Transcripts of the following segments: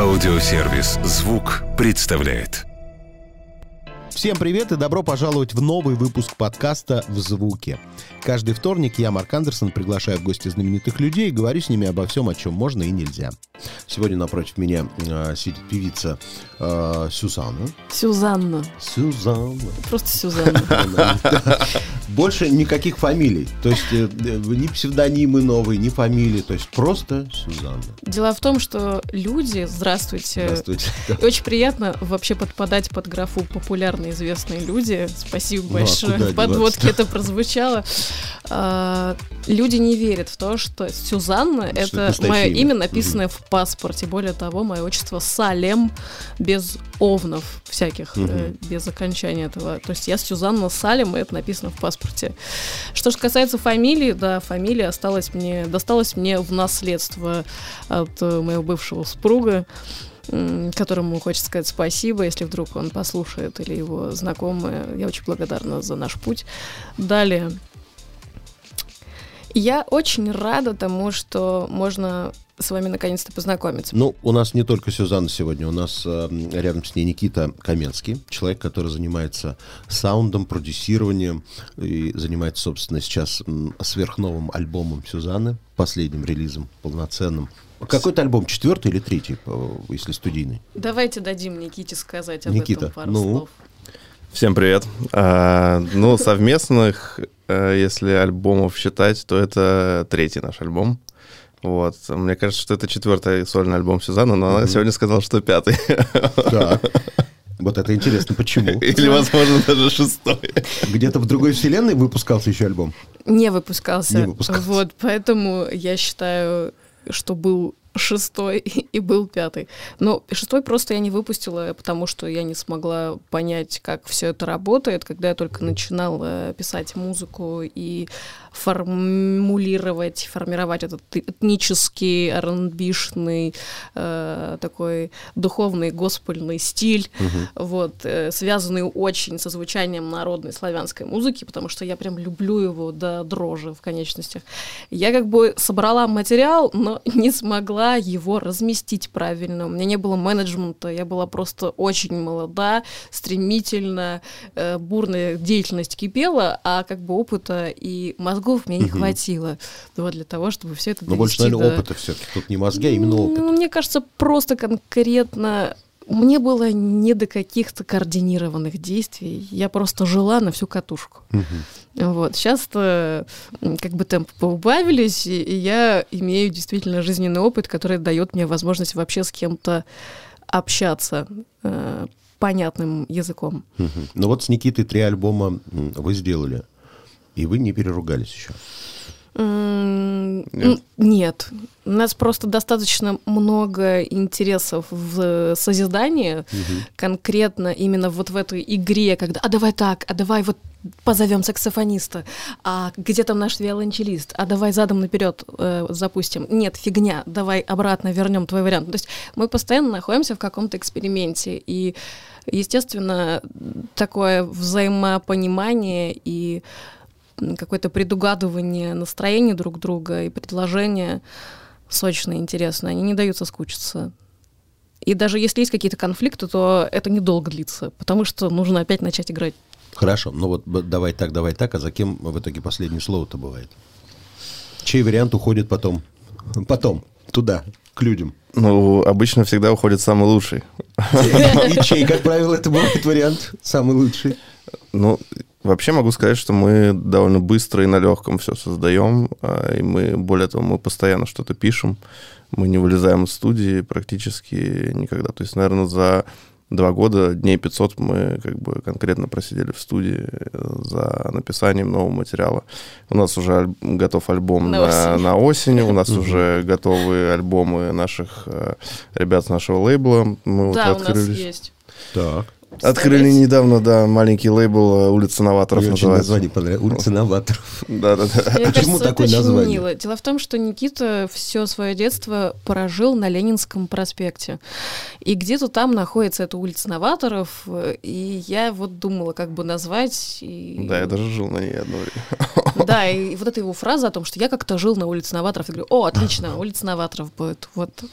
Аудиосервис «Звук» представляет. Всем привет и добро пожаловать в новый выпуск подкаста «В звуке». Каждый вторник я, Марк Андерсон, приглашаю в гости знаменитых людей и говорю с ними обо всем, о чем можно и нельзя. Сегодня напротив меня сидит певица Сюзанна. Сюзанна. Просто Сюзанна. Больше никаких фамилий. То есть ни псевдонимы новые, ни фамилии. То есть просто Сюзанна. Дело в том, что люди, здравствуйте. Здравствуйте. И очень приятно вообще подпадать под графу популярные известные люди. Спасибо большое. В подводке это прозвучало. Люди не верят в то, что Сюзанна — это мое имя, написанное в паспорте. Более того, мое отчество Салем, без овнов всяких, без окончания этого. То есть я Сюзанна Салем, и это написано в паспорте. Что же касается фамилии, да, фамилия досталась мне в наследство от моего бывшего супруга, которому хочется сказать спасибо, если вдруг он послушает, или его знакомые. Я очень благодарна за наш путь. Далее. Я очень рада тому, что можно с вами наконец-то познакомиться. Ну, у нас не только Сюзанна сегодня, у нас рядом с ней Никита Каменский, человек, который занимается саундом, продюсированием и занимается, собственно, сейчас сверхновым альбомом Сюзанны, последним релизом, полноценным. Какой-то альбом, 4-й или 3-й, если студийный? Давайте дадим Никите сказать об этом пару слов. Всем привет. Совместных, если альбомов считать, то это 3-й наш альбом. Вот. Мне кажется, что это 4-й сольный альбом Сюзанны, но она сегодня сказала, что 5-й. Так. Вот это интересно, почему? Или, возможно, даже 6-й. Где-то в другой вселенной выпускался еще альбом? Не выпускался. Вот, поэтому я считаю, что был 6-й и был 5-й. Но 6-й просто я не выпустила, потому что я не смогла понять, как все это работает, когда я только начинала писать музыку и формировать этот этнический, R&B-шный, такой духовный госпельный стиль, связанный очень со звучанием народной славянской музыки, потому что я прям люблю его до дрожи в конечностях. Я как бы собрала материал, но не смогла его разместить правильно. У меня не было менеджмента, я была просто очень молода, стремительно, бурная деятельность кипела, а как бы опыта и мозгов мне не хватило для того, чтобы все это довести. Но больше, наверное, опыта все-таки. Тут не мозги, а именно опыт. Мне кажется, просто конкретно мне было не до каких-то координированных действий. Я просто жила на всю катушку. Сейчас-то как бы темпы поубавились, и я имею действительно жизненный опыт, который дает мне возможность вообще с кем-то общаться понятным языком. Ну вот с Никитой 3 альбома вы сделали, и вы не переругались еще. Нет. У нас просто достаточно много интересов в созидании, конкретно именно вот в этой игре, когда давай вот позовем саксофониста, а где там наш виолончелист, а давай задом наперед запустим. Нет, фигня, давай обратно вернем твой вариант. То есть мы постоянно находимся в каком-то эксперименте, и, естественно, такое взаимопонимание и какое-то предугадывание настроения друг друга и предложения сочные, интересные, они не дают соскучиться. И даже если есть какие-то конфликты, то это недолго длится, потому что нужно опять начать играть. Хорошо, ну вот давай так, а за кем в итоге последнее слово-то бывает? Чей вариант уходит потом туда, к людям? Ну, обычно всегда уходит самый лучший. И чей, как правило, это бывает вариант самый лучший? Ну, вообще могу сказать, что мы довольно быстро и на легком все создаем, и более того, мы постоянно что-то пишем, мы не вылезаем из студии практически никогда. То есть, наверное, за 2 года, дней 500 мы как бы конкретно просидели в студии за написанием нового материала. У нас уже готов альбом на осень, у нас уже готовы альбомы наших ребят с нашего лейбла. Мы да, у нас есть. Так. Открыли недавно, маленький лейбл «Улица новаторов» называется. Название понравилось. «Улица новаторов». Да. Почему такое название? Мило. Дело в том, что Никита все свое детство прожил на Ленинском проспекте. И где-то там находится эта «Улица новаторов», и я вот думала, как бы назвать. Да, я даже жил на ней одно время. Да, и вот эта его фраза о том, что я как-то жил на «Улице новаторов», я говорю, отлично, «Улица новаторов» будет. Вот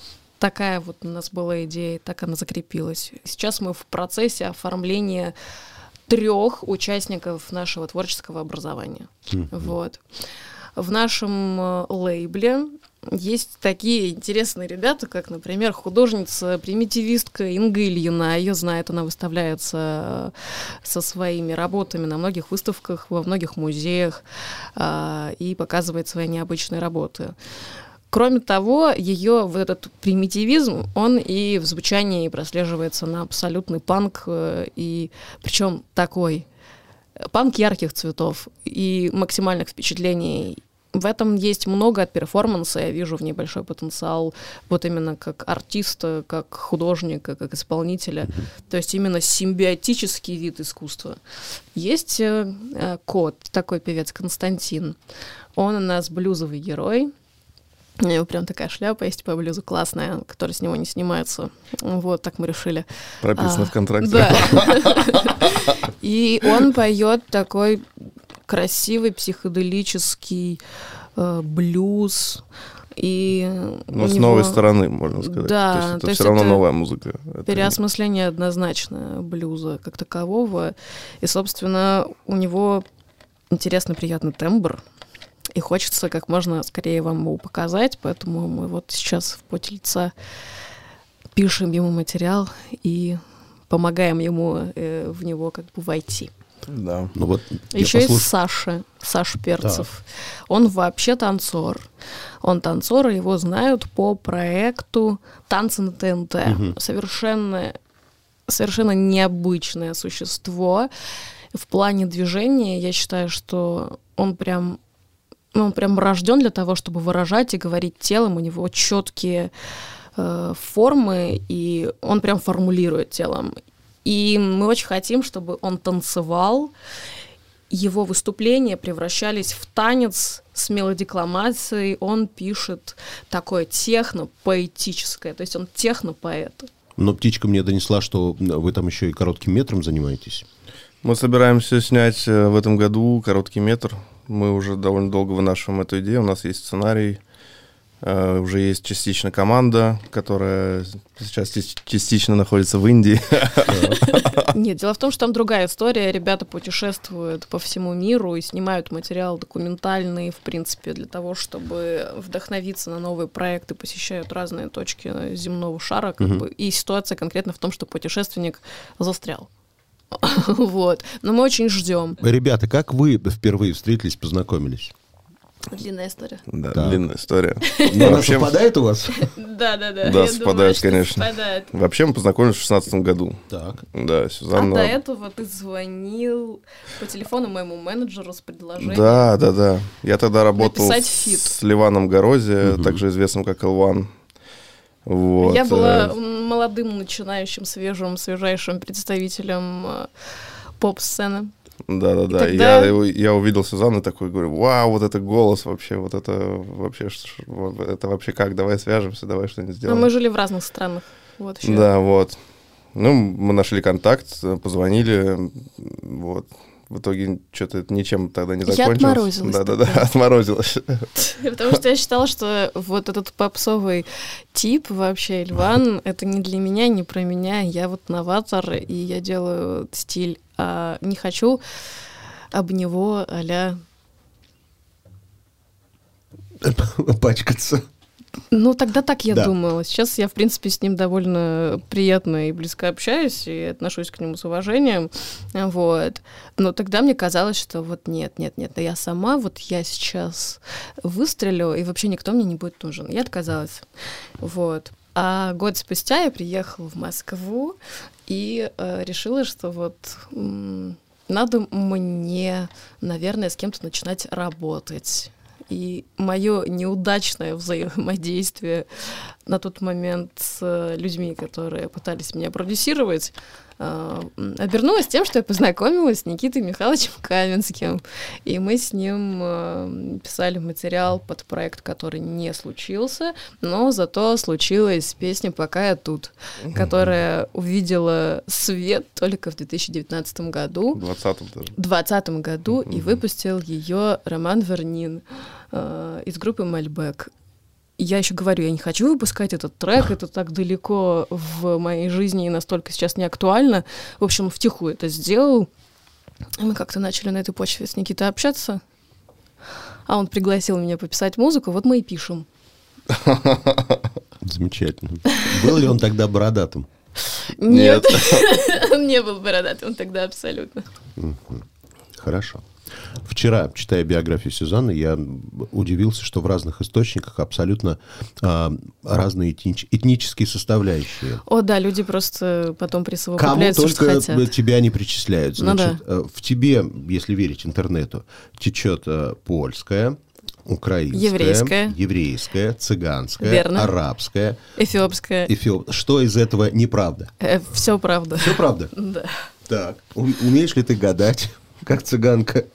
такая вот у нас была идея, так она закрепилась. Сейчас мы в процессе оформления 3 участников нашего творческого образования. Вот. В нашем лейбле есть такие интересные ребята, как, например, художница-примитивистка Инга Ильина. Ее знает, она выставляется со своими работами на многих выставках, во многих музеях и показывает свои необычные работы. Кроме того, ее вот этот примитивизм, он и в звучании прослеживается на абсолютный панк, и причем такой панк ярких цветов и максимальных впечатлений. В этом есть много от перформанса, я вижу в ней большой потенциал вот именно как артиста, как художника, как исполнителя. То есть именно симбиотический вид искусства. Есть кот, такой певец Константин. Он у нас блюзовый герой. У него прям такая шляпа есть по блюзу классная, которая с него не снимается. Вот, так мы решили. Прописано в контракте. Да. И он поет такой красивый психоделический блюз. И с новой стороны, можно сказать. Да, то есть это все равно новая музыка. Переосмысление однозначно блюза как такового. И, собственно, у него интересный, приятный тембр. И хочется как можно скорее вам его показать, поэтому мы вот сейчас в поте лица пишем ему материал и помогаем ему в него как бы войти. Да. Ну, вот еще есть Саша Перцев. Да. Он вообще танцор. Он танцор, его знают по проекту «Танцы на ТНТ». Совершенно необычное существо. В плане движения я считаю, что он прям рожден для того, чтобы выражать и говорить телом. У него четкие формы, и он прям формулирует телом. И мы очень хотим, чтобы он танцевал. Его выступления превращались в танец с мелодикламацией. Он пишет такое техно-поэтическое, то есть он техно-поэт. Но птичка мне донесла, что вы там еще и коротким метром занимаетесь. Мы собираемся снять в этом году короткий метр. Мы уже довольно долго вынашиваем эту идею. У нас есть сценарий, уже есть частично команда, которая сейчас частично находится в Индии. Нет, дело в том, что там другая история. Ребята путешествуют по всему миру и снимают материал документальный, в принципе, для того, чтобы вдохновиться на новые проекты, посещают разные точки земного шара. Как бы, и ситуация конкретно в том, что путешественник застрял. Вот. Но мы очень ждем. Ребята, как вы впервые встретились, познакомились? Длинная история. Да, длинная история. Она совпадает у вас? Да. Да, совпадает, конечно. Вообще мы познакомились в 2016 году. Так. Да, Сюзанна. А до этого ты звонил по телефону моему менеджеру с предложением. Да. Я тогда работал с Ливаном Горози, также известным как L1. Вот. Я была молодым, начинающим, свежайшим представителем поп-сцены. Да. Тогда... Я увидел Сюзанну и такой говорю: вау, вот это голос вообще, это вообще как? Давай свяжемся, давай что-нибудь сделаем. Но мы жили в разных странах. Вот еще. Да, вот. Ну, мы нашли контакт, позвонили, вот. В итоге что-то ничем тогда не закончилось. Я отморозилась. Да, отморозилась. Потому что я считала, что вот этот попсовый тип вообще, Ильван, это не для меня, не про меня. Я вот новатор, и я делаю стиль. А не хочу об него а-ля... пачкаться. Ну, тогда так я думала. Сейчас я, в принципе, с ним довольно приятно и близко общаюсь, и отношусь к нему с уважением, вот. Но тогда мне казалось, что вот нет, я сама, вот я сейчас выстрелю, и вообще никто мне не будет нужен. Я отказалась, вот. А год спустя я приехала в Москву и решила, что вот... надо мне, наверное, с кем-то начинать работать. И мое неудачное взаимодействие на тот момент с людьми, которые пытались меня продюсировать, обернулось тем, что я познакомилась с Никитой Михайловичем Каменским. И мы с ним писали материал под проект, который не случился, но зато случилась песня «Пока я тут», которая увидела свет только в 2019 году. В 2020 году, и выпустил ее Роман Вернин из группы Мальбек. я еще говорю, я не хочу выпускать этот трек, это так далеко в моей жизни и настолько сейчас не актуально. В общем, втихую это сделал. И мы как-то начали на этой почве с Никитой общаться. А он пригласил меня пописать музыку, вот мы и пишем. Замечательно. Был ли он тогда бородатым? Нет, он не был бородатым тогда абсолютно. Хорошо. Вчера, читая биографию Сюзанны, я удивился, что в разных источниках абсолютно разные этнические составляющие. О, да, люди просто потом присовокупляют кому все, что только хотят. тебя не причисляют. Значит, Ну, да. В тебе, если верить интернету, течет польская, украинская, еврейская, цыганская, Верно. арабская, Эфиопская. Что из этого неправда? Все правда. Все правда? Да. Так. Умеешь ли ты гадать, как цыганка?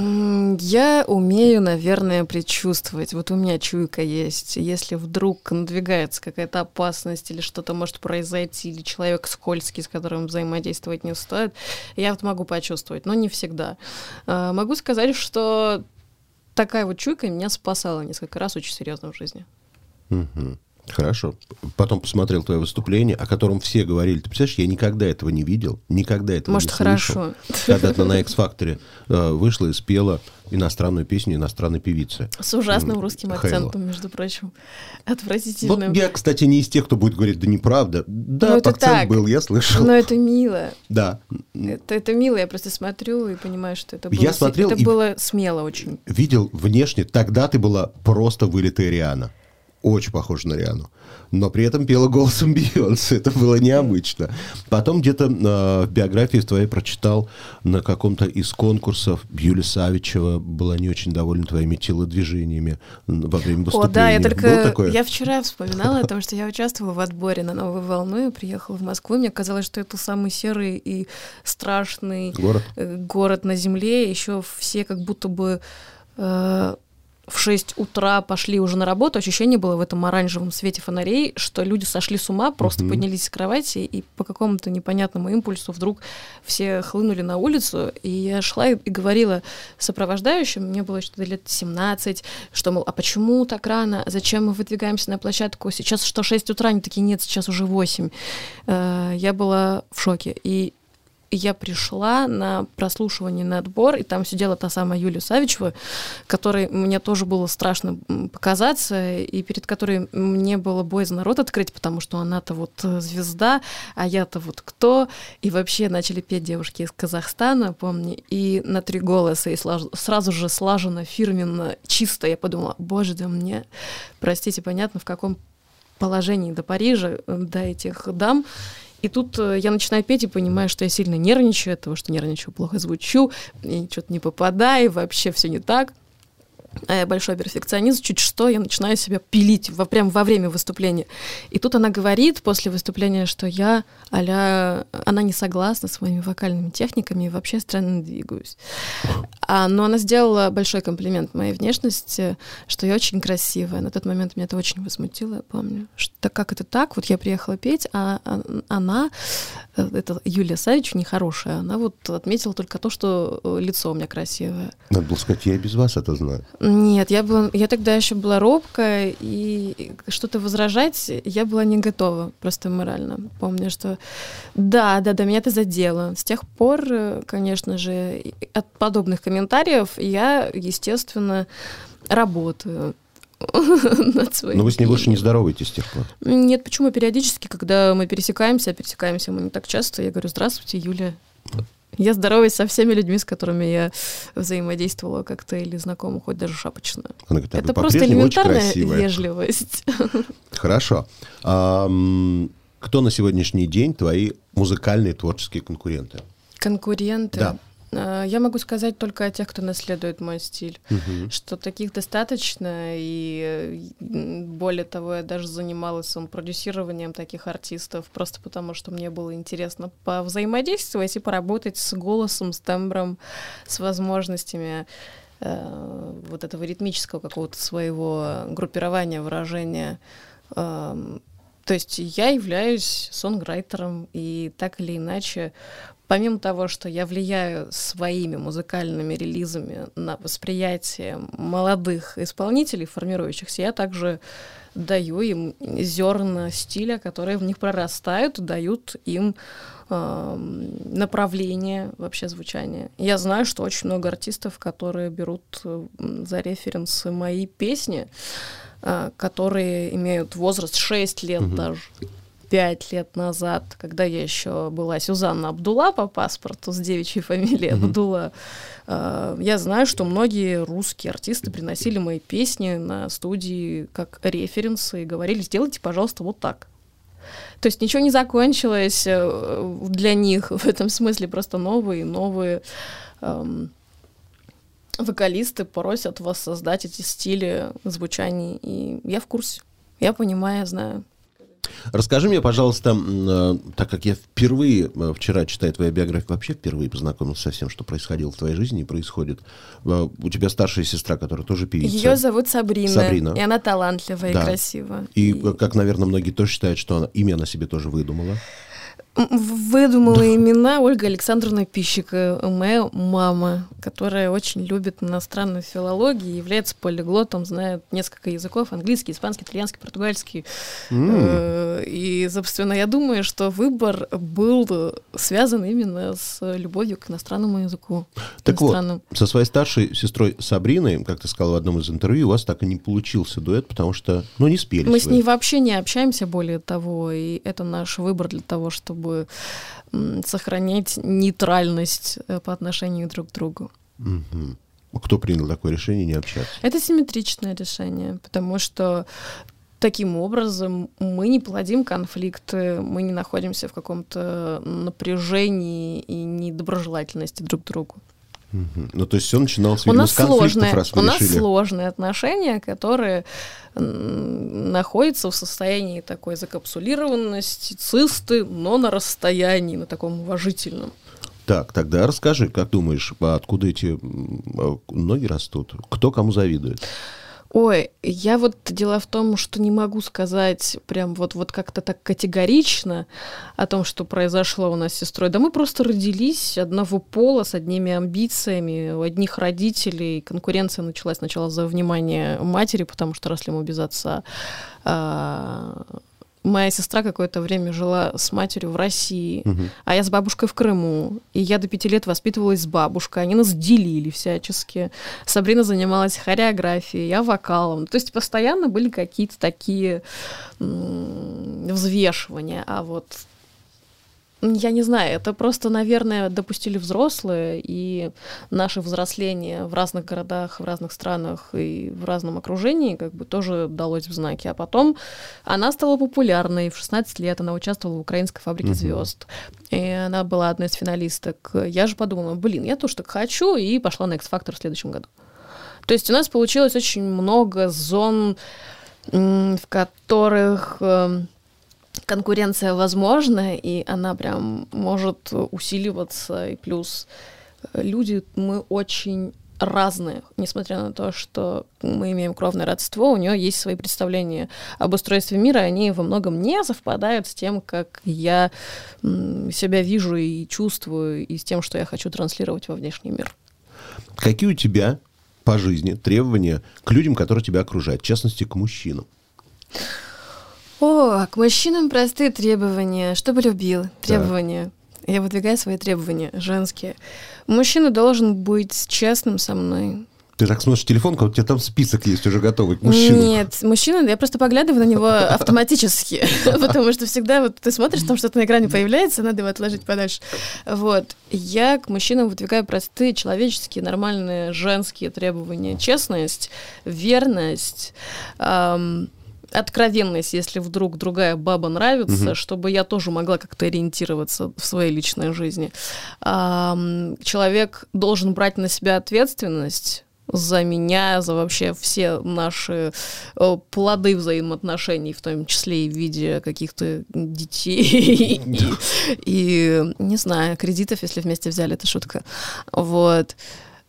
Я умею, наверное, предчувствовать. Вот у меня чуйка есть. Если вдруг надвигается какая-то опасность или что-то может произойти, или человек скользкий, с которым взаимодействовать не стоит, я вот могу почувствовать, но не всегда. Могу сказать, что такая вот чуйка меня спасала несколько раз очень серьезно в жизни. Угу. Хорошо. Потом посмотрел твое выступление, о котором все говорили. Ты представляешь, я никогда этого не видел, никогда этого Может, не слышал. хорошо. Когда ты на X-Factor вышла и спела иностранную песню иностранной певицы. С ужасным русским Хейла. акцентом, между прочим. Отвратительным. Вот я, кстати, не из тех, кто будет говорить, да неправда. Да, Ну, это акцент так. был, я слышал. Но это мило. Да. Это мило, я просто смотрю и понимаю, что это было, Я смотрел это и было смело очень. видел внешне, тогда ты была просто вылитая Риана. Очень похожа на Риану. Но при этом пела голосом Бейонсе. Это было необычно. Потом где-то в биографии твоей прочитал на каком-то из конкурсов Юлия Савичева была не очень довольна твоими телодвижениями во время выступления. О, да, я Было только... такое? Я вчера вспоминала о том, что я участвовала в отборе на «Новую волну», я приехала в Москву, мне казалось, что это самый серый и страшный город на земле. Еще все как будто бы... в 6 утра пошли уже на работу, ощущение было в этом оранжевом свете фонарей, что люди сошли с ума, просто поднялись с кровати, и по какому-то непонятному импульсу вдруг все хлынули на улицу, и я шла и говорила сопровождающим, мне было что-то лет 17, что, мол, а почему так рано, зачем мы выдвигаемся на площадку, сейчас что, 6 утра, они такие, нет, сейчас уже 8. Я была в шоке, и я пришла на прослушивание, на отбор, и там сидела та самая Юлия Савичева, которой мне тоже было страшно показаться, и перед которой мне было боязно рот открыть, потому что она-то вот звезда, а я-то вот кто. И вообще начали петь девушки из Казахстана, помню, и на 3 голоса, и сразу же слаженно, фирменно, чисто. Я подумала, боже, да мне, простите, понятно, в каком положении до Парижа, до этих дам. И тут я начинаю петь и понимаю, что я сильно нервничаю, от того, что нервничаю, плохо звучу, и что-то не попадаю, вообще все не так. А я большой перфекционист, чуть что, я начинаю себя пилить прямо во время выступления. И тут она говорит после выступления, что я она не согласна с моими вокальными техниками и вообще странно двигаюсь. Но она сделала большой комплимент моей внешности, что я очень красивая. На тот момент меня это очень возмутило, я помню. Что как это так? Вот я приехала петь, а она, это Юлия Савичева, нехорошая, она вот отметила только то, что лицо у меня красивое. Надо было сказать, я и без вас это знаю. Нет, я тогда еще была робкая, и что-то возражать я была не готова, просто морально. Помню, что да, меня это задело. С тех пор, конечно же, от подобных комментариев я, естественно, работаю над своим. Но вы с ней больше не здороваетесь с тех пор? Нет, почему? Периодически, когда мы пересекаемся мы не так часто, я говорю, здравствуйте, Юля. Я здороваюсь со всеми людьми, с которыми я взаимодействовала как-то или знакома, хоть даже шапочно. Это просто элементарная вежливость. Хорошо. Кто на сегодняшний день твои музыкальные творческие конкуренты? Конкуренты? Да. Я могу сказать только о тех, кто наследует мой стиль, что таких достаточно, и более того, я даже занималась продюсированием таких артистов, просто потому что мне было интересно повзаимодействовать и поработать с голосом, с тембром, с возможностями вот этого ритмического какого-то своего группирования, выражения. То есть я являюсь сонграйтером, и так или иначе помимо того, что я влияю своими музыкальными релизами на восприятие молодых исполнителей, формирующихся, я также даю им зерна стиля, которые в них прорастают, дают им направление вообще звучания. Я знаю, что очень много артистов, которые берут за референсы мои песни, которые имеют возраст 6 лет даже, 5 лет назад, когда я еще была Сюзанна Абдулла по паспорту с девичьей фамилией Абдулла. Я знаю, что многие русские артисты приносили мои песни на студии как референсы и говорили: сделайте, пожалуйста, вот так. То есть ничего не закончилось для них в этом смысле, просто новые вокалисты просят воссоздать эти стили звучаний, и я в курсе, я понимаю, я знаю. Расскажи мне, пожалуйста, так как я впервые вчера, читая твою биографию, вообще впервые познакомился со всем, что происходило в твоей жизни и происходит. У тебя старшая сестра, которая тоже певица. Ее зовут Сабрина. И она талантливая, да, и красивая. И, как, наверное, многие тоже считают, что имя она себе тоже выдумала. Выдумала имена Ольга Александровна Пищика, моя мама, которая очень любит иностранную филологию, является полиглотом, знает несколько языков: английский, испанский, итальянский, португальский. И, собственно, я думаю, что выбор был связан именно с любовью к иностранному языку. Так вот, со своей старшей сестрой Сабриной, как ты сказала в одном из интервью, у вас так и не получился дуэт, потому что, не спелись. Мы с ней вообще не общаемся, более того, и это наш выбор для того, чтобы сохранять нейтральность по отношению друг к другу. Кто принял такое решение не общаться? Это симметричное решение, потому что таким образом мы не плодим конфликты, мы не находимся в каком-то напряжении и недоброжелательности друг к другу. То есть все начиналось, видимо, с конфликтов, раз вы решили. У нас сложные отношения, которые находятся в состоянии такой закапсулированности, цисты, но на расстоянии, на таком уважительном. Так, тогда расскажи, как думаешь, откуда эти ноги растут? Кто кому завидует? Ой, дело в том, что не могу сказать прям вот как-то так категорично о том, что произошло у нас с сестрой. Да мы просто родились одного пола, с одними амбициями, у одних родителей. Конкуренция началась сначала за внимание матери, потому что росли мы без отца. Моя сестра какое-то время жила с матерью в России, а я с бабушкой в Крыму. И я до 5 лет воспитывалась с бабушкой. Они нас делили всячески. Сабрина занималась хореографией, я вокалом. То есть постоянно были какие-то такие взвешивания. А вот я не знаю, это просто, наверное, допустили взрослые, и наше взросление в разных городах, в разных странах и в разном окружении тоже далось в знаки. А потом она стала популярной. В 16 лет она участвовала в «Украинской фабрике звезд». И она была одной из финалисток. Я же подумала, я тоже так хочу, и пошла на X-Factor в следующем году. То есть у нас получилось очень много зон, в которых конкуренция возможна, и она прям может усиливаться. И плюс люди, мы очень разные, несмотря на то, что мы имеем кровное родство, у нее есть свои представления об устройстве мира, они во многом не совпадают с тем, как я себя вижу и чувствую, и с тем, что я хочу транслировать во внешний мир. Какие у тебя по жизни требования к людям, которые тебя окружают, в частности, к мужчинам? К мужчинам простые требования. Чтобы любил. Требования. Да. Я выдвигаю свои требования женские. Мужчина должен быть честным со мной. Ты так смотришь телефон, как у тебя там список есть уже готовый к мужчинам. Нет, мужчина, я просто поглядываю на него автоматически, потому что всегда ты смотришь, там что-то на экране появляется, надо его отложить подальше. Я к мужчинам выдвигаю простые, человеческие, нормальные, женские требования. Честность, верность, откровенность, если вдруг другая баба нравится, чтобы я тоже могла как-то ориентироваться в своей личной жизни. Человек должен брать на себя ответственность за меня, за вообще все наши плоды взаимоотношений, в том числе и в виде каких-то детей и, не знаю, кредитов, если вместе взяли, это шутка.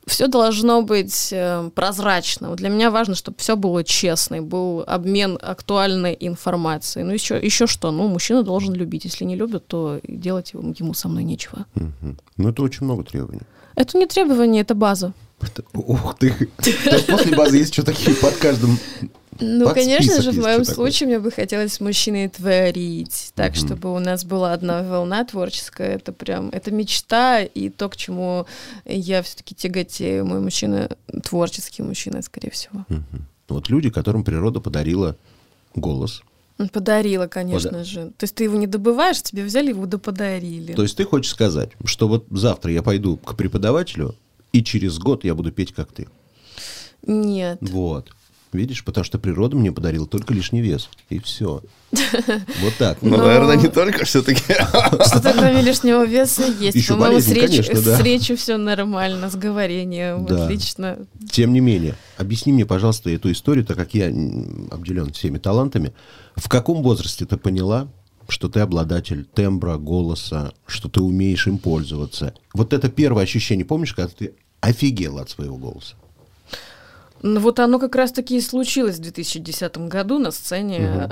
все должно быть прозрачно. Для меня важно, чтобы все было честно, был обмен актуальной информацией. Ну, еще что? Ну, мужчина должен любить. Если не любит, то делать ему со мной нечего. Ну, это очень много требований. Это не требование, это база. Ух ты! То есть после базы есть еще такие под каждым... Ну, конечно же, в моем случае мне бы хотелось с мужчиной творить, так, чтобы у нас была одна волна творческая. Это мечта и то, к чему я все-таки тяготею. Мой мужчина творческий мужчина, скорее всего. Вот люди, которым природа подарила голос. Подарила, конечно же. То есть ты его не добываешь, тебе взяли его да подарили. То есть ты хочешь сказать, что вот завтра я пойду к преподавателю, и через год я буду петь, как ты? Нет. Вот. Видишь, потому что природа мне подарила только лишний вес. И все. Вот так. Ну, наверное, не только все-таки. Что-то кроме лишнего веса есть. Еще По-моему, болезнь, конечно, да. с речью все нормально, с говорением отлично. Тем не менее, объясни мне, пожалуйста, эту историю, так как я обделен всеми талантами. В каком возрасте ты поняла, что ты обладатель тембра, голоса, что ты умеешь им пользоваться? Вот это первое ощущение, помнишь, когда ты офигела от своего голоса? Ну, вот оно как раз-таки и случилось в 2010 году на сцене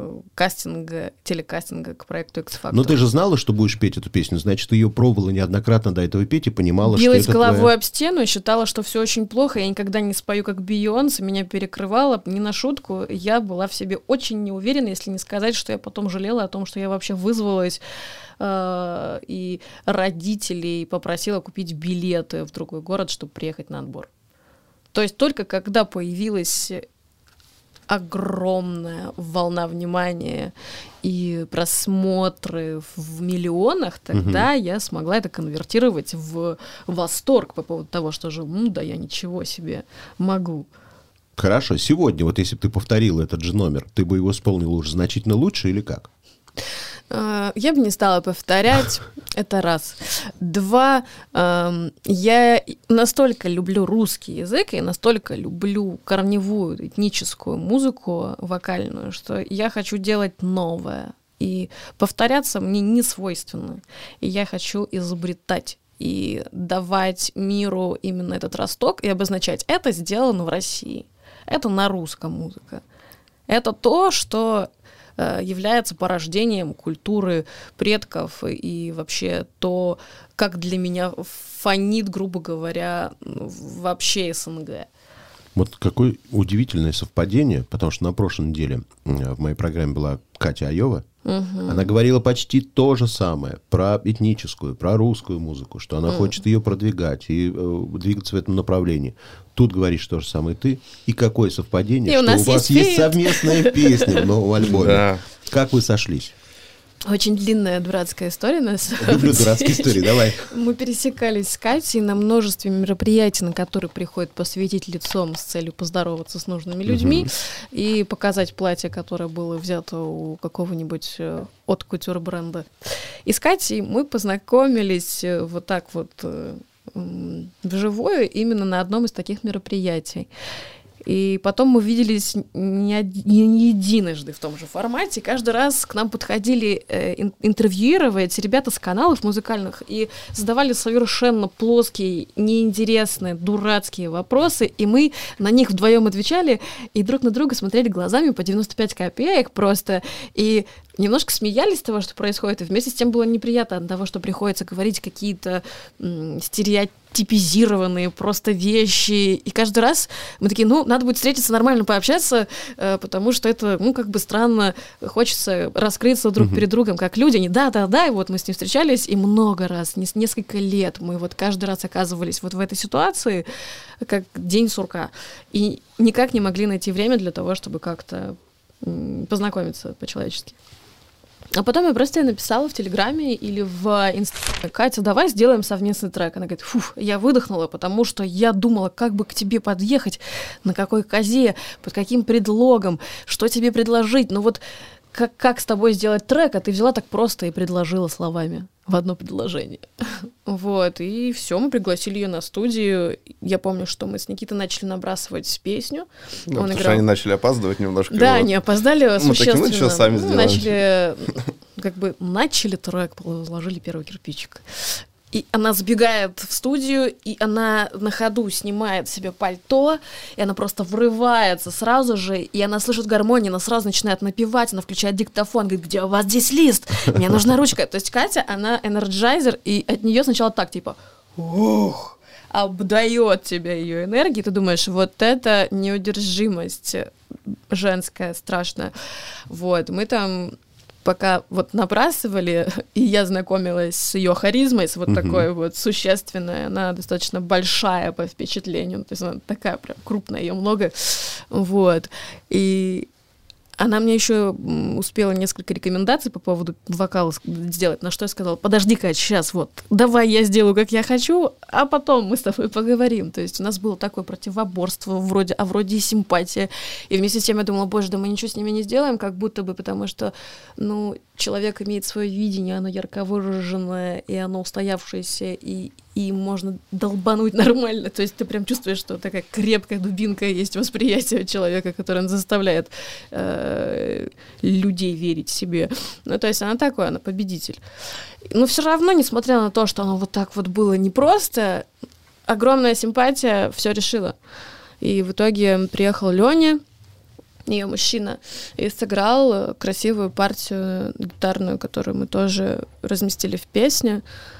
телекастинга к проекту X-Factor. Но ты же знала, что будешь петь эту песню, значит, ты ее пробовала неоднократно до этого петь и понимала, билась что это головой твоя... об стену и считала, что все очень плохо, я никогда не спою как Бейонсе, меня перекрывало, не на шутку, я была в себе очень неуверена, если не сказать, что я потом жалела о том, что я вообще вызвалась и родителей попросила купить билеты в другой город, чтобы приехать на отбор. То есть только когда появилась огромная волна внимания и просмотры в миллионах, тогда я смогла это конвертировать в восторг по поводу того, что же, да я ничего себе могу. Хорошо, сегодня, вот если бы ты повторила этот же номер, ты бы его исполнила уже значительно лучше или как? Я бы не стала повторять, это раз. Два, я настолько люблю русский язык и настолько люблю корневую этническую музыку вокальную, что я хочу делать новое. И повторяться мне не свойственно. И я хочу изобретать и давать миру именно этот росток и обозначать, это сделано в России. Это на русском музыка. Это то, что является порождением культуры предков и вообще то, как для меня фонит, грубо говоря, вообще СНГ. Вот какое удивительное совпадение, потому что на прошлой неделе в моей программе была Катя Айова. Она говорила почти то же самое про этническую, про русскую музыку, что она хочет ее продвигать и двигаться в этом направлении. Тут говоришь то же самое ты. И какое совпадение, и что у вас есть совместная песня в новом альбоме. Да. Как вы сошлись? Очень длинная дурацкая история. Люблю дурацкие истории, давай. Мы пересекались с Катей на множестве мероприятий, на которые приходит посветить лицом с целью поздороваться с нужными людьми и показать платье, которое было взято у какого-нибудь от-кутюр-бренда. И с Катей мы познакомились вот так вот вживую именно на одном из таких мероприятий. И потом мы виделись не единожды в том же формате. Каждый раз к нам подходили интервьюировать ребята с каналов музыкальных и задавали совершенно плоские, неинтересные, дурацкие вопросы, и мы на них вдвоем отвечали и друг на друга смотрели глазами по 95 копеек просто, и немножко смеялись с того, что происходит, и вместе с тем было неприятно от того, что приходится говорить какие-то стереотипизированные просто вещи, и каждый раз мы такие, надо будет встретиться, нормально пообщаться, потому что это, как бы странно, хочется раскрыться друг перед другом, как люди, они да, и вот мы с ним встречались, и много раз, несколько лет мы вот каждый раз оказывались вот в этой ситуации, как день сурка, и никак не могли найти время для того, чтобы как-то познакомиться по-человечески. А потом я просто написала в Телеграме или в Инстаграме: Катя, давай сделаем совместный трек. Она говорит, я выдохнула, потому что я думала, как бы к тебе подъехать, на какой козе, под каким предлогом, что тебе предложить. Вот как с тобой сделать трек, а ты взяла так просто и предложила словами в одно предложение. Вот, и все, мы пригласили ее на студию. Я помню, что мы с Никитой начали набрасывать песню. Потому что они начали опаздывать немножко. Да, они опоздали существенно. Мы такие, сами сделаем. Начали трек, заложили первый кирпичик. И она сбегает в студию, и она на ходу снимает себе пальто, и она просто врывается сразу же, и она слышит гармонию, она сразу начинает напевать, она включает диктофон, говорит, где у вас здесь лист? Мне нужна ручка. То есть Катя, она энерджайзер, и от нее сначала так, типа, ух, обдает тебя ее энергией, ты думаешь, вот это неудержимость женская страшная. Вот, мы там... Пока вот набрасывали, и я знакомилась с ее харизмой, с вот такой вот существенной, она достаточно большая по впечатлению, то есть она такая прям крупная, ее много, вот, и она мне еще успела несколько рекомендаций по поводу вокала сделать, на что я сказала, подожди, Кать, сейчас вот, давай я сделаю, как я хочу, а потом мы с тобой поговорим. То есть у нас было такое противоборство, вроде и симпатия. И вместе с тем я думала, боже, да мы ничего с ними не сделаем, как будто бы, потому что, ну, человек имеет свое видение, оно ярко выраженное, и оно устоявшееся, и можно долбануть нормально. То есть ты прям чувствуешь, что такая крепкая дубинка есть восприятие человека, которое заставляет людей верить себе. Ну, то есть она такой, она победитель. Но все равно, несмотря на то, что оно вот так вот было непросто, огромная симпатия все решила. И в итоге приехал Лёня, ее мужчина, и сыграл красивую партию гитарную, которую мы тоже разместили в песне.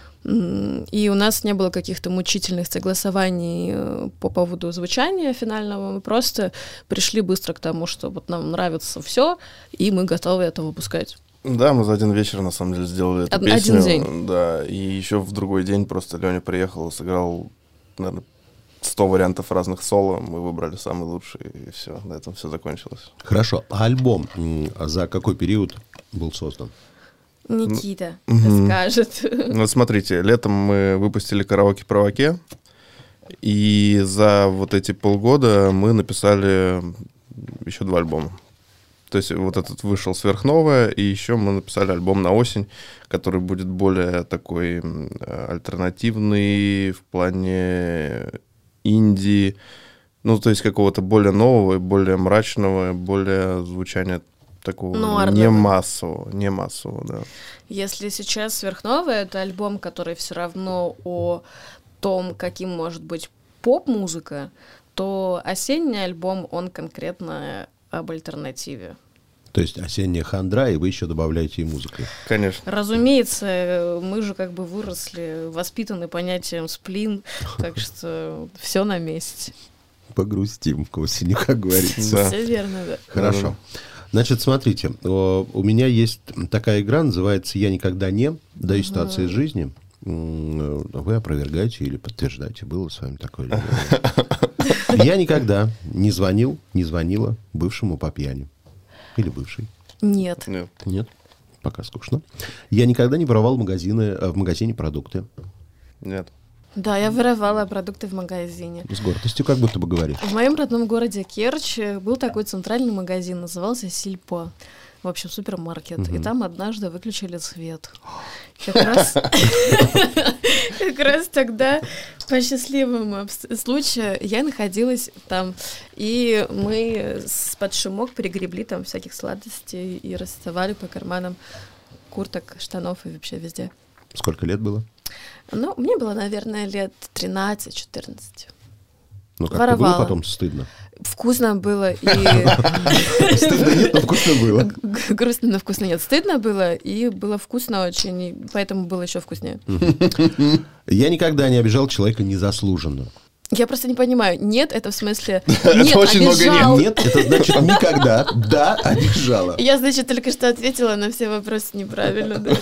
И у нас не было каких-то мучительных согласований по поводу звучания финального. Мы просто пришли быстро к тому, что вот нам нравится все, и мы готовы это выпускать. Да, мы за один вечер, на самом деле, сделали эту песню. Один день. Да, и еще в другой день просто Лёня приехал, сыграл, наверное, 100 вариантов разных соло, мы выбрали самый лучший, и все, на этом все закончилось. Хорошо, а альбом за какой период был создан? Никита расскажет. Ну, смотрите, летом мы выпустили «Караоке-провоке», и за вот эти полгода мы написали еще 2 альбома. То есть вот этот вышел «Сверхновая», и еще мы написали альбом на осень, который будет более такой альтернативный в плане инди, ну, то есть какого-то более нового, более мрачного, более звучания такого не массового, да. Если сейчас «Сверхновая» — это альбом, который все равно о том, каким может быть поп-музыка, то осенний альбом, он конкретно об альтернативе. То есть осенняя хандра, и вы еще добавляете и музыкой. Конечно. Разумеется, мы же как бы выросли, воспитаны понятием сплин, так что все на месте. Погрустим к осени, как говорится. Да. Все верно, да. Хорошо. Значит, смотрите, у меня есть такая игра, называется «Я никогда не». Даю ситуации из жизни. Вы опровергаете или подтверждаете, было с вами такое или нет. Я никогда не звонил, не звонила бывшему по пьяни. Или бывший. Нет. Нет? Пока скучно. Я никогда не воровал в магазине продукты. Нет. Да, я воровала продукты в магазине. С гордостью как будто бы говоришь. В моем родном городе Керчь был такой центральный магазин, назывался «Сильпо». В общем, супермаркет. И там однажды выключили свет. Как раз тогда, по счастливому случаю, я находилась там. И мы под шумок пригребли там всяких сладостей и расставали по карманам курток, штанов и вообще везде. Сколько лет было? Ну, мне было, наверное, лет 13-14. Ну, как-то было потом стыдно? Вкусно было и... Стыдно нет, но вкусно было. Грустно, но вкусно нет. Стыдно было, и было вкусно очень, и поэтому было еще вкуснее. Я никогда не обижал человека незаслуженно. Я просто не понимаю. Нет, это в смысле... Нет, очень много обижал. Нет, это значит никогда. Да, обижала. Я, значит, только что ответила на все вопросы неправильно. Да?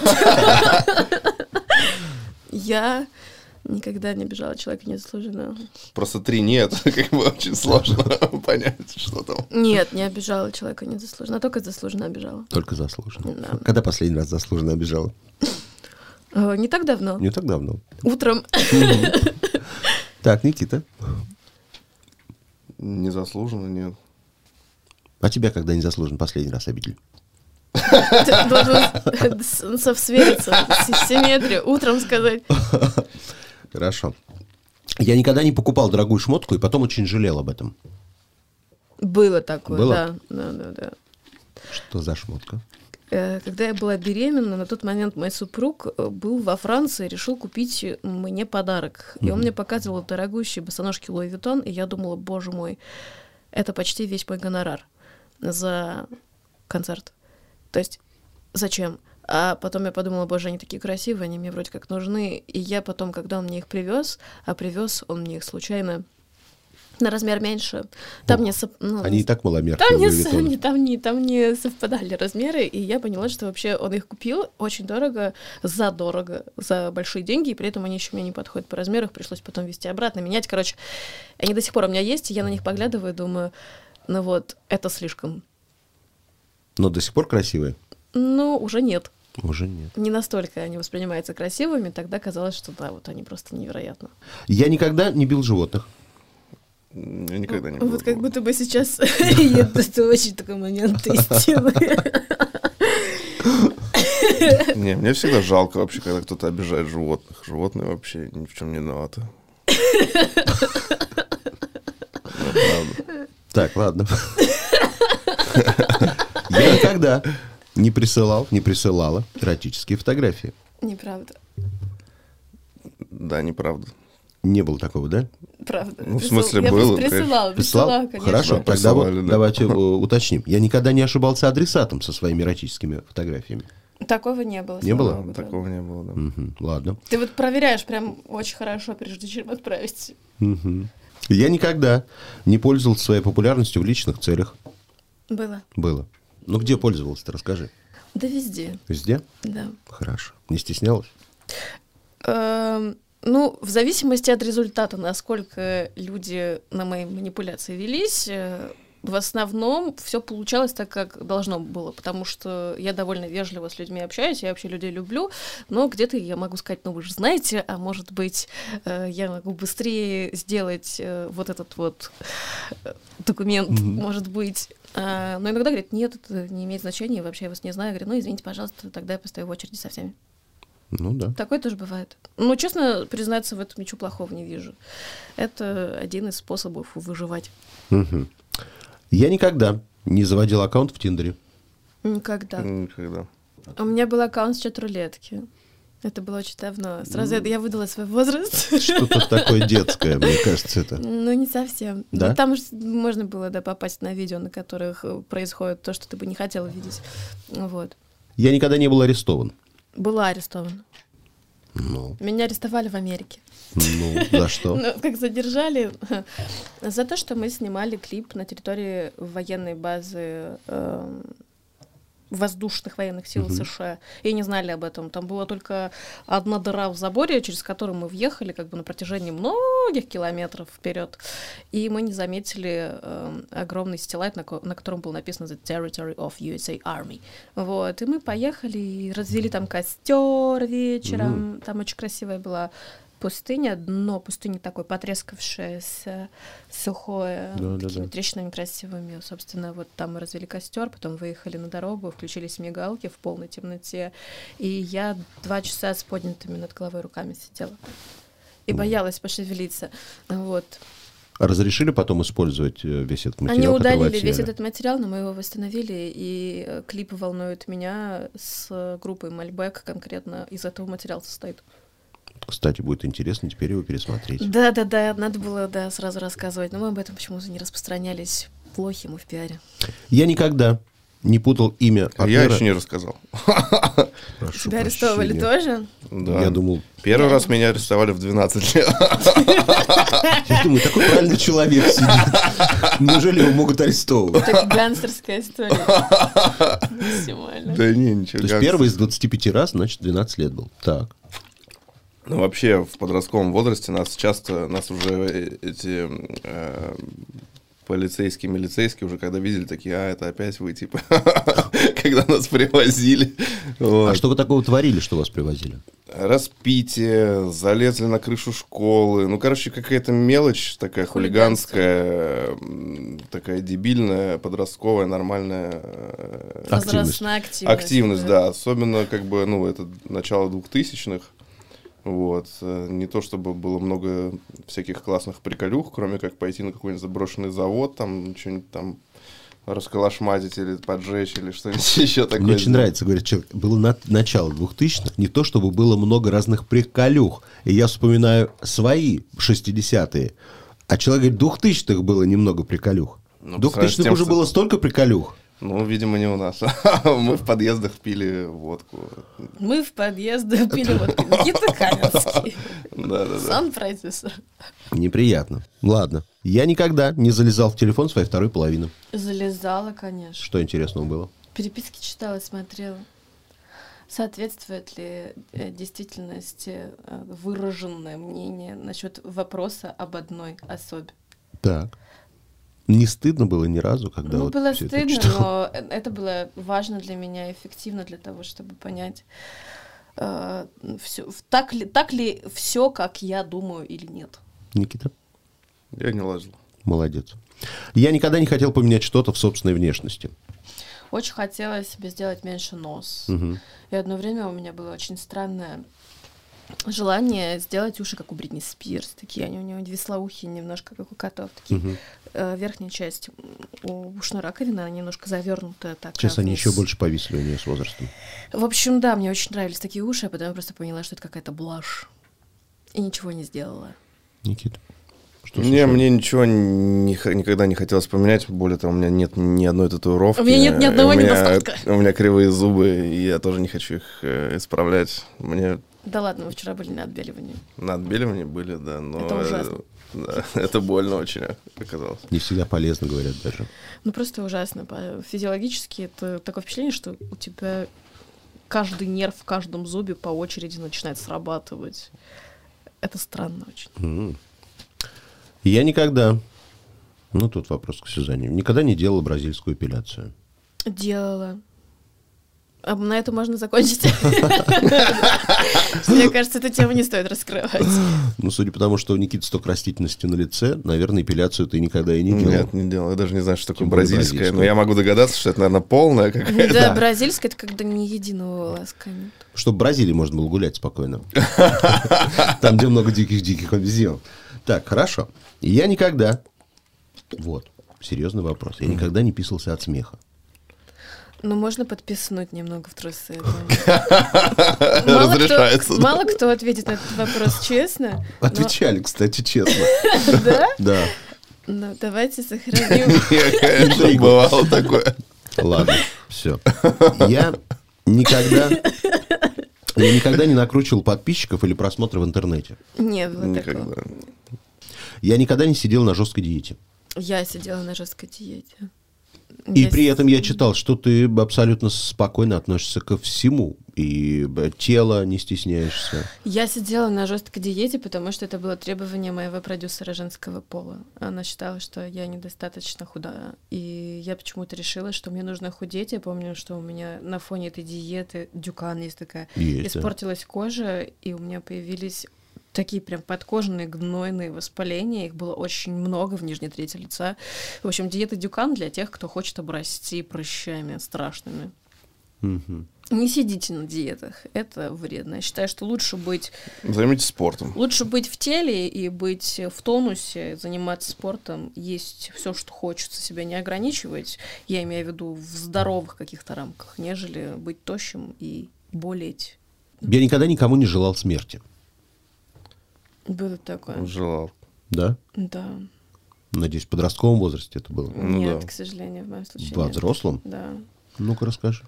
Я никогда не обижала человека незаслуженно. Просто 3 нет, как бы очень сложно понять, что там. Нет, не обижала человека незаслуженно, а только заслуженно обижала. Только заслуженно. Да. Когда последний раз заслуженно обижала? Не так давно. Не так давно. Утром. Так, Никита. Незаслуженно, нет. А тебя когда незаслуженно последний раз обидели? Ты должен свериться с симметрией, утром сказать. Хорошо. Я никогда не покупал дорогую шмотку и потом очень жалел об этом. Было такое, Было? да. Что за шмотка? Когда я была беременна, на тот момент мой супруг был во Франции, решил купить мне подарок. И он мне показывал дорогущие босоножки Луи Виттон, и я думала, боже мой, это почти весь мой гонорар за концерт. То есть зачем? А потом я подумала, боже, они такие красивые, они мне вроде как нужны. И я потом, когда он мне их привез, а привез он мне их случайно на размер меньше. Там они и так маломерные. Там не совпадали размеры, и я поняла, что вообще он их купил очень дорого, за большие деньги, и при этом они еще мне не подходят по размеру, их пришлось потом везти обратно, менять. Короче, они до сих пор у меня есть, и я на них поглядываю и думаю, ну вот, это слишком. Но до сих пор красивые? Ну, уже нет. Уже нет. Не настолько они воспринимаются красивыми, тогда казалось, что да, вот они просто невероятно. Я никогда не бил животных. Я никогда не был. Вот как будто бы сейчас это очень такой момент истины. Не, мне всегда жалко вообще, когда кто-то обижает животных. Животные вообще ни в чем не виноваты. Так, ладно. Я никогда не присылала эротические фотографии. Неправда. Да, неправда. Не было такого, да? Правда. Ну, в смысле, было. Присылала, конечно. Хорошо, Да, тогда вот да. давайте уточним. Я никогда не ошибался адресатом со своими эротическими фотографиями. Такого не было. Не было? слава богу, да. Такого не было, да. Мгм, ладно. Ты вот проверяешь прям очень хорошо, прежде чем отправить. Мгм. Я никогда не пользовался своей популярностью в личных целях. Было. Было. Ну, где пользовался-то, расскажи. Да везде, Везде? да. Хорошо. Не стеснялась? Ну, в зависимости от результата, насколько люди на мои манипуляции велись, в основном все получалось так, как должно было, потому что я довольно вежливо с людьми общаюсь, я вообще людей люблю, но где-то я могу сказать, ну вы же знаете, а может быть, я могу быстрее сделать вот этот вот документ, может быть. Но иногда говорят, нет, это не имеет значения, вообще я вас не знаю. Я говорю, ну извините, пожалуйста, тогда я постою в очереди со всеми. Ну да. Такое тоже бывает. Но, честно, признаться, в этом ничего плохого не вижу. Это один из способов выживать. Мгм. Я никогда не заводил аккаунт в Тиндере. Никогда. Никогда. У меня был аккаунт с чат-рулетки. Это было очень давно. Сразу я выдала свой возраст. Что-то такое детское, мне кажется, это. Ну, не совсем. Да? Ну, там же можно было попасть на видео, на которых происходит то, что ты бы не хотела видеть. Вот. Я никогда не был арестован. Была арестована. Ну, Меня арестовали в Америке. за что? Ну, как задержали? За то, что мы снимали клип на территории военной базы воздушных военных сил США. И не знали об этом. Там была только одна дыра в заборе, через которую мы въехали как бы на протяжении многих километров вперед. И мы не заметили огромный стилайт, на котором было написано «The Territory of USA Army». Вот. И мы поехали и развели там костер вечером. Там очень красивая была пустыня, дно пустыни такое потрескавшееся, сухое, такими трещинами красивыми. Собственно, вот там мы развели костер, потом выехали на дорогу, включились мигалки в полной темноте, и я 2 часа с поднятыми над головой руками сидела и боялась пошевелиться. Вот. А разрешили потом использовать весь этот материал? Они удалили который весь этот материал, но мы его восстановили, и клип «Волнует меня» с группой Мальбек конкретно из этого материала состоит. Кстати, будет интересно теперь его пересмотреть. Да, надо было, сразу рассказывать, но мы об этом почему-то не распространялись. Плохи мы в пиаре. Я никогда не путал имя партнера. Я еще не рассказал. Прошу Тебя арестовали прощения. тоже? Да. Я думал... Первый раз меня арестовали в 12 лет. Я думаю, такой правильный человек сидит. Неужели его могут арестовывать? Это гангстерская история. Максимально. Да не, ничего. То есть первый из 25 раз, значит, 12 лет был. Так. Ну, вообще, в подростковом возрасте нас уже эти полицейские, милицейские уже когда видели, такие, это опять вы, типа, когда нас привозили. А что вы такого творили, что вас привозили? Распитие, залезли на крышу школы. Ну, короче, какая-то мелочь такая хулиганская, такая дебильная, подростковая, нормальная Возрастная активность, да. Особенно, как бы, ну, это начало 2000-х. Вот. Не то чтобы было много всяких классных приколюх, кроме как пойти на какой-нибудь заброшенный завод, там что-нибудь там расколошматить или поджечь или что-нибудь еще такое. Мне очень нравится, говорит человек, было начало 2000-х, не то чтобы было много разных приколюх. И я вспоминаю свои 60-е, а человек говорит, 2000-х было немного приколюх. Ну, 2000-х уже было столько приколюх. Ну, видимо, не у нас. Мы в подъездах пили водку. Мы в подъездах пили водку. Никита Каменский. Да-да-да. Сан-продюсер. Неприятно. Ладно. Я никогда не залезал в телефон своей второй половины. Залезала, конечно. Что интересного было? Переписки читала, смотрела. Соответствует ли действительности выраженное мнение насчет вопроса об одной особе? Так. Не стыдно было ни разу, когда Ну, вот было всё это стыдно, читал? но это было важно для меня, эффективно для того, чтобы понять, так ли все, как я думаю, или нет. Никита? Я не лазил. Молодец. Я никогда не хотел поменять что-то в собственной внешности. Очень хотела себе сделать меньше нос. Мгм. И одно время у меня было очень странное желание сделать уши, как у Бритни Спирс. Такие они у нее веслоухие, немножко как у котов. Такие. Мгм. Верхняя часть у ушной раковины, она немножко завернутая. Так, Сейчас они вниз. еще больше повисли у нее с возрастом. В общем, да, мне очень нравились такие уши, а потом я просто поняла, что это какая-то блажь. И ничего не сделала. Никита? Что Не, случилось? мне ничего никогда не хотелось поменять. Более того, у меня нет ни одной татуировки. У меня нет ни одного У меня- недостатка. У меня кривые зубы, и я тоже не хочу их исправлять. Мне Да ладно, мы вчера были на отбеливании. на отбеливании были, да, но... Это ужасно. Да, это больно очень оказалось. Не всегда полезно, говорят даже. Ну, просто ужасно. Физиологически это такое впечатление, что у тебя каждый нерв в каждом зубе по очереди начинает срабатывать. Это странно очень. М. Я никогда, ну тут вопрос к Сюзанне, никогда не делал бразильскую эпиляцию. Делала. А на это можно закончить. Мне кажется, эту тему не стоит раскрывать. Ну, судя по тому, что у Никиты столько растительности на лице, наверное, эпиляцию ты никогда и не делал. Нет, не делал. Я даже не знаю, что такое Тем более бразильская. бразильская. Но я могу догадаться, что это, наверное, полная какая-то. Да, бразильская — это когда ни единого волоска нет. Чтобы в Бразилии можно было гулять спокойно. Там, где много диких обезьян. Так, хорошо. Я никогда, вот, серьезный вопрос, я никогда не писался от смеха. Ну, можно подписнуть немного в трусы. Да. Разрешается. Мало кто ответит на этот вопрос честно. но- Отвечали, кстати, честно. Да? Да. Ну, давайте сохраним. Конечно, бывало такое. Ладно, все. Я никогда не накручивал подписчиков или просмотры в интернете. Не было такого. Никогда. Я никогда не сидел на жесткой диете. Я сидела на жесткой диете. И при этом я читал, что ты абсолютно спокойно относишься ко всему. И тело не стесняешься. Я сидела на жесткой диете, потому что это было требование моего продюсера женского пола. Она считала, что я недостаточно худая. И я почему-то решила, что мне нужно худеть. Я помню, что у меня на фоне этой диеты, дюкан есть такая, Есть, да. испортилась кожа, и у меня появились такие прям подкожные гнойные воспаления. Их было очень много в нижней трети лица. В общем, диета дюкан для тех, кто хочет обрасти прыщами страшными. Мгм. Не сидите на диетах, это вредно. Я считаю, что лучше быть Займитесь спортом. в теле и быть в тонусе, заниматься спортом, есть все, что хочется, себя не ограничивать. Я имею в виду в здоровых каких-то рамках, нежели быть тощим и болеть. Я никогда никому не желал смерти. Было такое. Желал. Да? Да. Надеюсь, в подростковом возрасте это было. Ну Нет, да. к сожалению, в моем случае Во нет. взрослом? Да. Ну-ка, расскажи.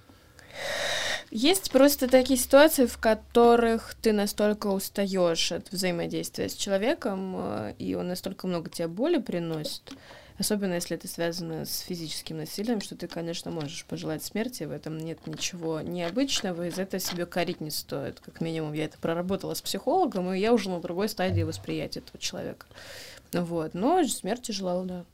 Есть просто такие ситуации, в которых ты настолько устаешь от взаимодействия с человеком, и он настолько много тебе боли приносит, особенно если это связано с физическим насилием, что ты, конечно, можешь пожелать смерти, в этом нет ничего необычного, и за это себе корить не стоит. Как минимум, я это проработала с психологом, и я уже на другой стадии восприятия этого человека. Вот. Но смерти желала, да.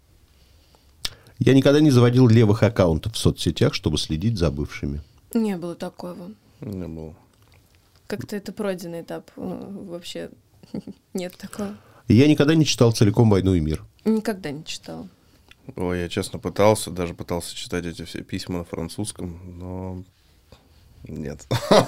Я никогда не заводил левых аккаунтов в соцсетях, чтобы следить за бывшими. Не было такого. Не было. Как-то это пройденный этап. Вообще нет такого. Я никогда не читал целиком «Войну и мир». Никогда не читала. Ой, я честно пытался, даже пытался читать эти все письма на французском, но нет.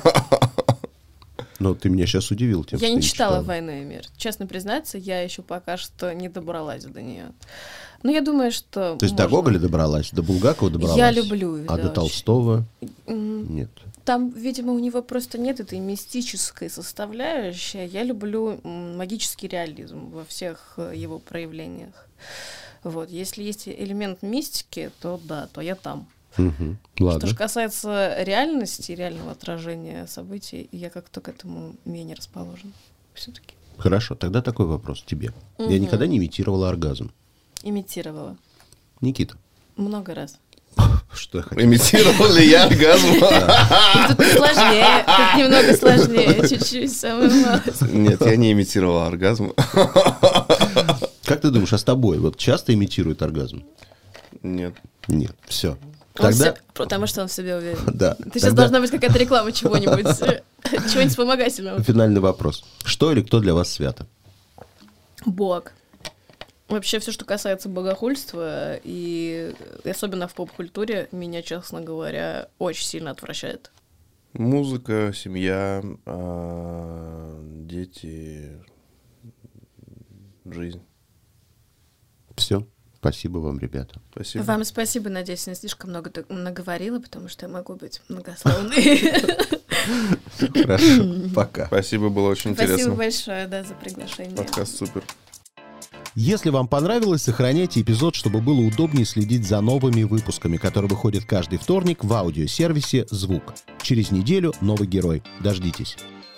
Но ты меня сейчас удивил тем, Я что не ты читала «Войну и мир». Честно признаться, я еще пока что не добралась до нее. Ну, я думаю, что... То есть до Гоголя добралась, до Булгакова добралась? Я люблю. А до Толстого? Нет. Там, видимо, у него просто нет этой мистической составляющей. Я люблю магический реализм во всех его проявлениях. Вот. Если есть элемент мистики, то да, то я там. Угу. Ладно. Что же касается реальности, реального отражения событий, я как-то к этому менее расположена. Все-таки. Хорошо, тогда такой вопрос тебе. Я никогда не имитировала оргазм. Имитировала. Никита. Много раз. Что я хотел? Имитировал ли я оргазм? Тут сложнее, тут немного сложнее, чуть-чуть, самое малость. Нет, я не имитировал оргазм. Как ты думаешь, а с тобой вот часто имитирует оргазм? Нет. Нет, все. Тогда... Потому что он в себе уверен. Да. Ты сейчас должна быть какая-то реклама чего-нибудь, чего-нибудь вспомогательного. Финальный вопрос. Что или кто для вас свято? Бог. Вообще все, что касается богохульства, и особенно в поп-культуре, меня, честно говоря, очень сильно отвращает. Музыка, семья, дети, жизнь. Все. Спасибо вам, ребята. Спасибо. Вам спасибо. Надеюсь, не слишком много наговорила, потому что я могу быть многословной. Хорошо. Пока. Спасибо, было очень интересно. Спасибо большое, да, за приглашение. Подкаст супер. Если вам понравилось, сохраняйте эпизод, чтобы было удобнее следить за новыми выпусками, которые выходят каждый вторник в аудиосервисе «Звук». Через неделю новый герой. Дождитесь.